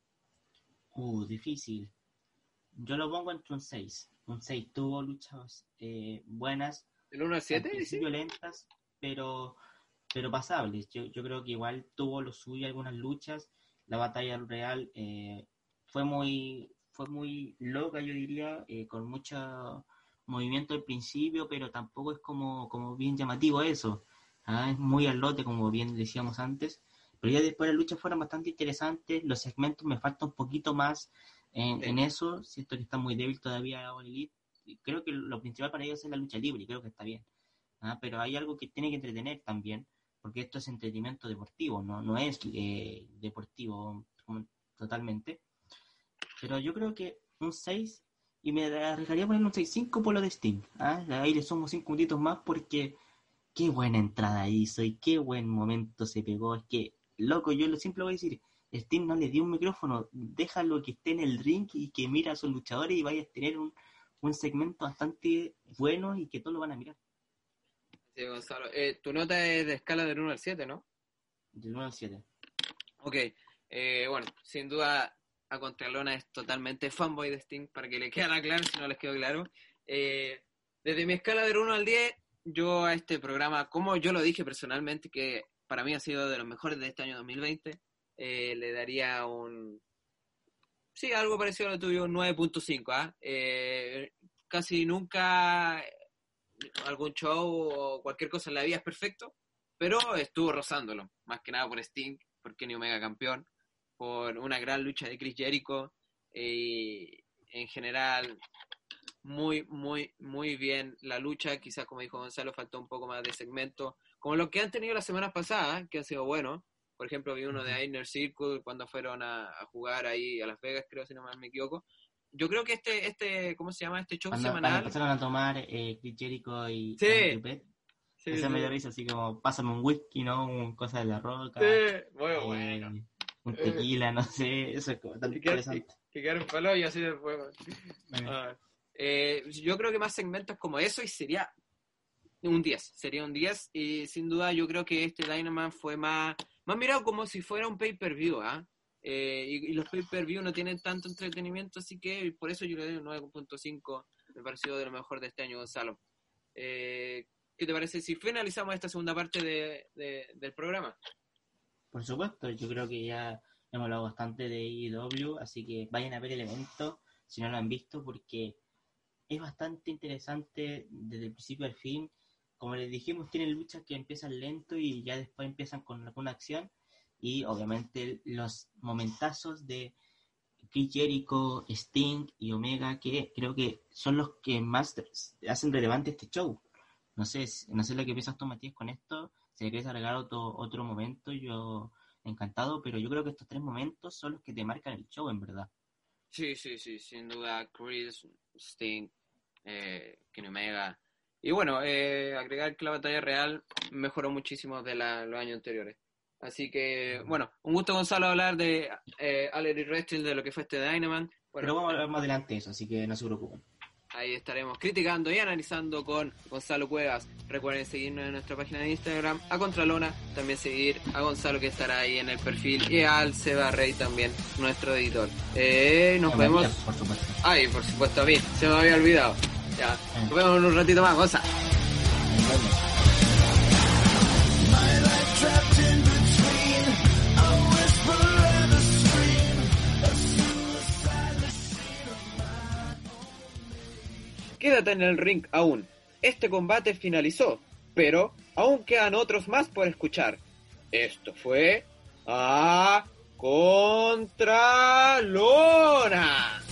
Difícil. Yo lo pongo entre un 6. Un 6. Tuvo luchas buenas. ¿El 1 al 7? ¿Sí? Violentas, pero pasables. Yo creo que igual tuvo lo suyo algunas luchas. La batalla real fue muy loca, yo diría, con mucho movimiento al principio, pero tampoco es como bien llamativo eso. Es muy al lote, como bien decíamos antes, pero ya después las luchas fueron bastante interesantes. Los segmentos me falta un poquito más en eso. Siento que está muy débil todavía All Elite. Creo que lo principal para ellos es la lucha libre y creo que está bien, pero hay algo que tiene que entretener también, porque esto es entretenimiento deportivo, no es deportivo totalmente. Pero yo creo que un 6, y me arriesgaría a ponerle un 6.5 por lo de Sting. Ahí le sumo 5 puntitos más porque qué buena entrada hizo y qué buen momento se pegó. Es que, loco, yo siempre voy a decir, Sting no le dio un micrófono, déjalo que esté en el ring y que mira a sus luchadores y vaya a tener un segmento bastante bueno y que todos lo van a mirar. Sí, Gonzalo. Tu nota es de escala del 1 al 7, ¿no? Del 1 al 7. Ok. Bueno, sin duda a Contralona es totalmente fanboy de Sting, para que le quede claro, si no les quedó claro. Desde mi escala del 1 al 10, yo a este programa, como yo lo dije personalmente, que para mí ha sido de los mejores de este año 2020, le daría sí, algo parecido a lo tuyo, un 9.5. Casi nunca algún show o cualquier cosa en la vida es perfecto, pero estuvo rozándolo, más que nada por Sting, por Kenny Omega campeón, por una gran lucha de Chris Jericho, y en general muy, muy, muy bien la lucha. Quizás, como dijo Gonzalo, faltó un poco más de segmento, como los que han tenido las semanas pasadas, que han sido buenos. Por ejemplo, vi uno de Inner Circle cuando fueron a jugar ahí a Las Vegas, creo, si no me equivoco. Yo creo que ¿cómo se llama? Este show semanal. Cuando empezaron a tomar Chris Jericho y Pet. Sí, esa me dio risa, así como, pásame un whisky, ¿no? Cosa de La Roca. Sí, muy bueno. un tequila, no sé, eso es como tan Que quedar interesante. en palo y así después. Yo creo que más segmentos como eso y sería un 10, y sin duda yo creo que este Dynamite fue más mirado como si fuera un pay-per-view, y los pay-per-view no tienen tanto entretenimiento, así que por eso yo le doy un 9.5, me pareció de lo mejor de este año, Gonzalo. ¿Qué te parece si finalizamos esta segunda parte del programa? Por supuesto, yo creo que ya hemos hablado bastante de AEW, así que vayan a ver el evento si no lo han visto, porque es bastante interesante desde el principio al fin. Como les dijimos, tienen luchas que empiezan lento y ya después empiezan con alguna acción, y obviamente los momentazos de Chris Jericho, Sting y Omega, que creo que son los que más hacen relevante este show. No sé lo que piensas tú, Matías, con esto. Si le quieres agregar otro momento, yo encantado, pero yo creo que estos 3 momentos son los que te marcan el show, en verdad. Sí, sin duda, Chris, Sting, Kenny Omega. Y bueno, agregar que la batalla real mejoró muchísimo de los años anteriores. Así que, bueno, un gusto, Gonzalo, hablar de All Elite Wrestling, de lo que fue este Dynamite. Bueno, pero vamos a hablar más adelante de eso, así que no se preocupen. Ahí estaremos criticando y analizando con Gonzalo Cuevas. Recuerden seguirnos en nuestra página de Instagram, a Contralona. También seguir a Gonzalo, que estará ahí en el perfil, y al Seba Rey también, nuestro editor. Nos vemos. Matías, por supuesto. Ay, por supuesto, a mí, se me había olvidado. Ya, nos vemos en un ratito más, Gonza. Nos vemos. Quédate en el ring aún. Este combate finalizó, pero aún quedan otros más por escuchar. Esto fue a Contralona.